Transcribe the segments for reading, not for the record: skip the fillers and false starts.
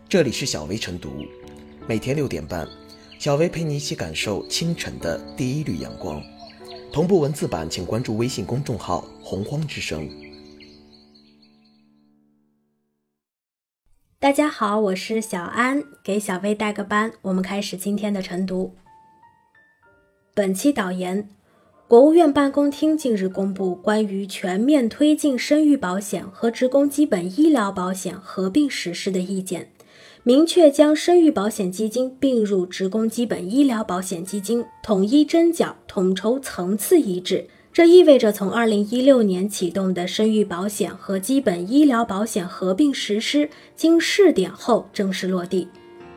这里是小薇晨读，每天6点半，小薇陪你一起感受清晨的第一缕阳光。同步文字版请关注微信公众号洪荒之声。 大家好，我是小安，给小薇带个班，我们开始今天的晨读。本期导言：国务院办公厅近日公布关于全面推进生育保险和职工基本医疗保险合并实施的意见，明确将生育保险基金并入职工基本医疗保险基金，统一征缴，统筹层次一致。这意味着从2016年启动的生育保险和基本医疗保险合并实施，经试点后正式落地。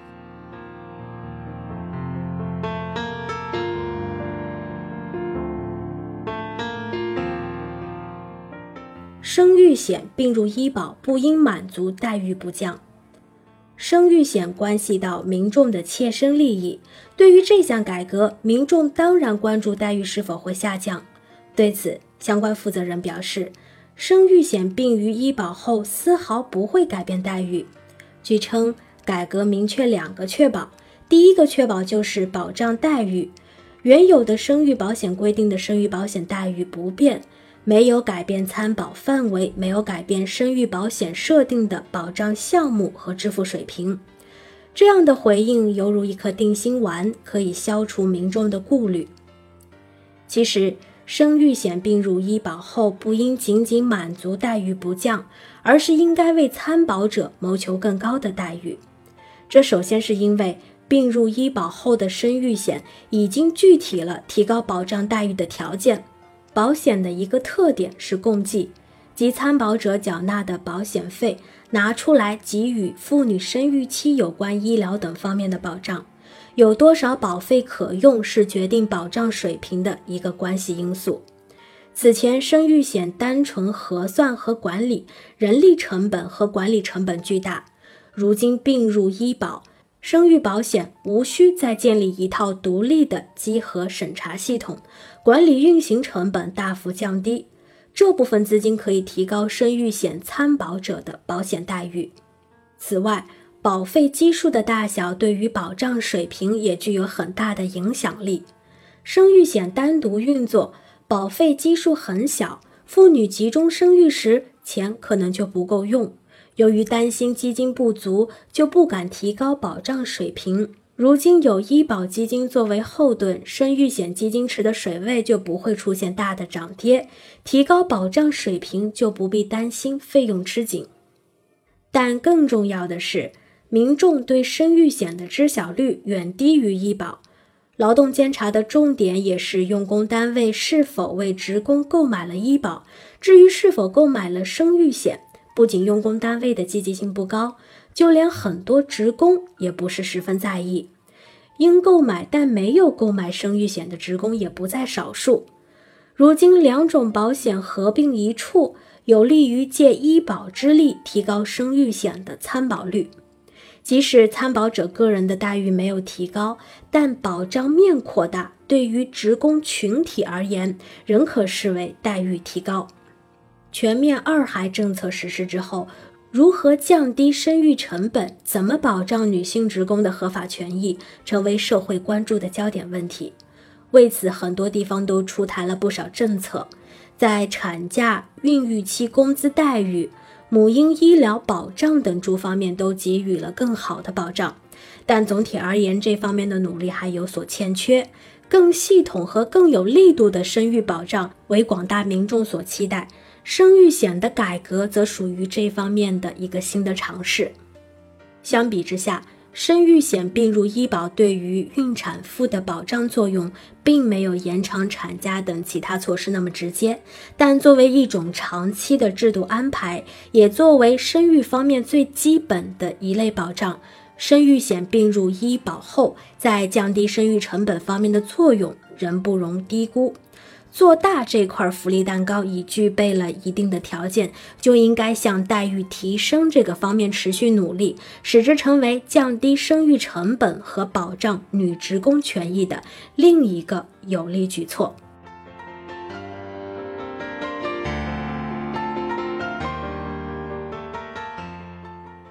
生育险并入医保不应满足待遇不降。生育险关系到民众的切身利益，对于这项改革，民众当然关注待遇是否会下降。对此，相关负责人表示，生育险并于医保后丝毫不会改变待遇。据称，改革明确2个确保，第一个确保就是保障待遇，原有的生育保险规定的生育保险待遇不变，没有改变参保范围，没有改变生育保险设定的保障项目和支付水平。这样的回应犹如一颗定心丸，可以消除民众的顾虑。其实，生育险并入医保后不应仅仅满足待遇不降，而是应该为参保者谋求更高的待遇。这首先是因为并入医保后的生育险已经具体了提高保障待遇的条件。保险的一个特点是共计，即参保者缴纳的保险费拿出来给予妇女生育期有关医疗等方面的保障。有多少保费可用是决定保障水平的一个关系因素。此前生育险单纯核算和管理，人力成本和管理成本巨大，如今并入医保，生育保险无需再建立一套独立的稽核审查系统，管理运行成本大幅降低，这部分资金可以提高生育险参保者的保险待遇。此外，保费基数的大小对于保障水平也具有很大的影响力。生育险单独运作，保费基数很小，妇女集中生育时钱可能就不够用，由于担心基金不足，就不敢提高保障水平。如今有医保基金作为后盾，生育险基金池的水位就不会出现大的涨跌，提高保障水平就不必担心费用吃紧。但更重要的是，民众对生育险的知晓率远低于医保。劳动监察的重点也是用工单位是否为职工购买了医保，至于是否购买了生育险，不仅用工单位的积极性不高，就连很多职工也不是十分在意。应购买但没有购买生育险的职工也不在少数。如今2种保险合并一处，有利于借医保之力提高生育险的参保率。即使参保者个人的待遇没有提高，但保障面扩大，对于职工群体而言，仍可视为待遇提高。全面2孩政策实施之后，如何降低生育成本，怎么保障女性职工的合法权益，成为社会关注的焦点问题。为此，很多地方都出台了不少政策，在产假、孕育期工资待遇、母婴医疗保障等诸方面都给予了更好的保障，但总体而言，这方面的努力还有所欠缺。更系统和更有力度的生育保障为广大民众所期待，生育险的改革则属于这方面的一个新的尝试。相比之下，生育险并入医保对于孕产妇的保障作用并没有延长产假等其他措施那么直接，但作为一种长期的制度安排，也作为生育方面最基本的一类保障，生育险并入医保后，在降低生育成本方面的作用仍不容低估。做大这块福利蛋糕已具备了一定的条件，就应该向待遇提升这个方面持续努力，使之成为降低生育成本和保障女职工权益的另一个有力举措。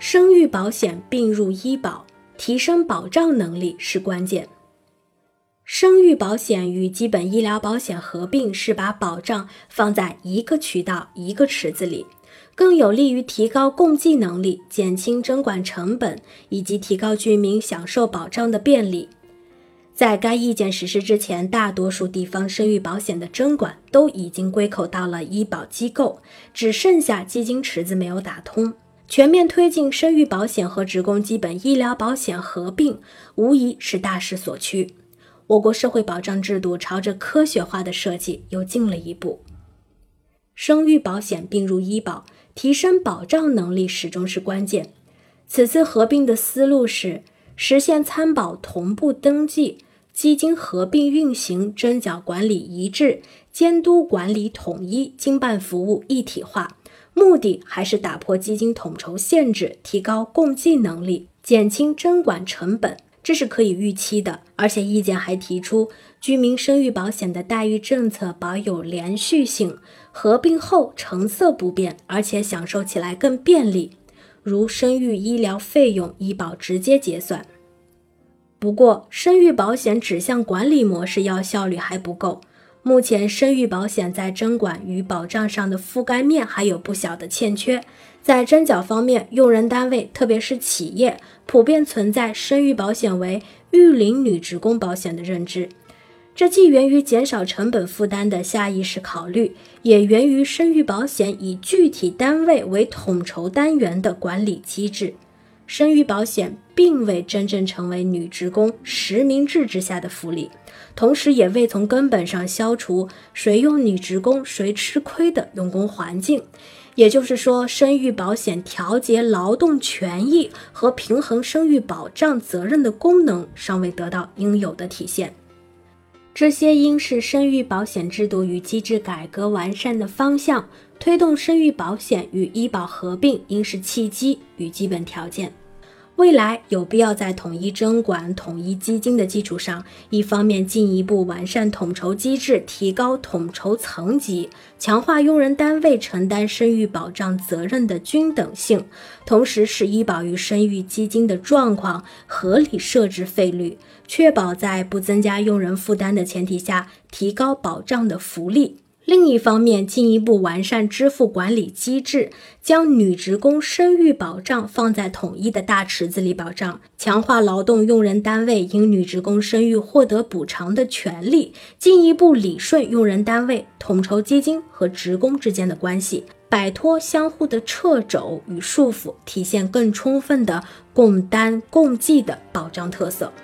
生育保险并入医保，提升保障能力是关键。生育保险与基本医疗保险合并，是把保障放在一个渠道、一个池子里，更有利于提高共济能力，减轻征管成本，以及提高居民享受保障的便利。在该意见实施之前，大多数地方生育保险的征管都已经归口到了医保机构，只剩下基金池子没有打通。全面推进生育保险和职工基本医疗保险合并，无疑是大势所趋。我国社会保障制度朝着科学化的设计又进了一步。生育保险并入医保，提升保障能力始终是关键。此次合并的思路是实现参保同步登记、基金合并运行、征缴管理一致、监督管理统一、经办服务一体化，目的还是打破基金统筹限制，提高共济能力，减轻征管成本，这是可以预期的。而且意见还提出，居民生育保险的待遇政策保有连续性，合并后成色不变，而且享受起来更便利，如生育医疗费用医保直接结算。不过，生育保险指向管理模式要效率还不够。目前生育保险在征管与保障上的覆盖面还有不小的欠缺。在征缴方面，用人单位特别是企业普遍存在生育保险为育龄女职工保险的认知，这既源于减少成本负担的下意识考虑，也源于生育保险以具体单位为统筹单元的管理机制。生育保险并未真正成为女职工实名制之下的福利，同时也未从根本上消除谁用女职工谁吃亏的用工环境。也就是说，生育保险调节劳动权益和平衡生育保障责任的功能尚未得到应有的体现。这些应是生育保险制度与机制改革完善的方向，推动生育保险与医保合并应是契机与基本条件。未来有必要在统一征管、统一基金的基础上，一方面进一步完善统筹机制，提高统筹层级，强化用人单位承担生育保障责任的均等性，同时使医保与生育基金的状况合理设置费率，确保在不增加用人负担的前提下，提高保障的福利。另一方面，进一步完善支付管理机制，将女职工生育保障放在统一的大池子里保障，强化劳动用人单位因女职工生育获得补偿的权利，进一步理顺用人单位、统筹基金和职工之间的关系，摆脱相互的掣肘与束缚，体现更充分的共担共济的保障特色。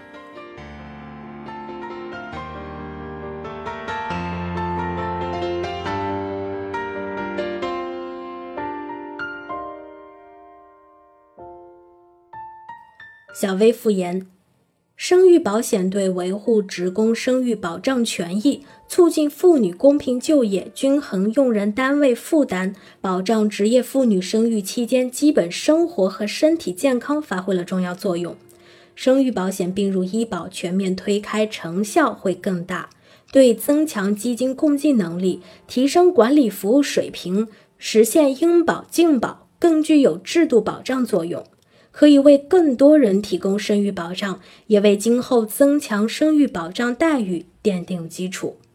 小微复言，生育保险对维护职工生育保障权益、促进妇女公平就业、均衡用人单位负担、保障职业妇女生育期间基本生活和身体健康发挥了重要作用。生育保险并入医保全面推开成效会更大，对增强基金共济能力、提升管理服务水平、实现应保尽保更具有制度保障作用，可以为更多人提供生育保障，也为今后增强生育保障待遇奠定基础。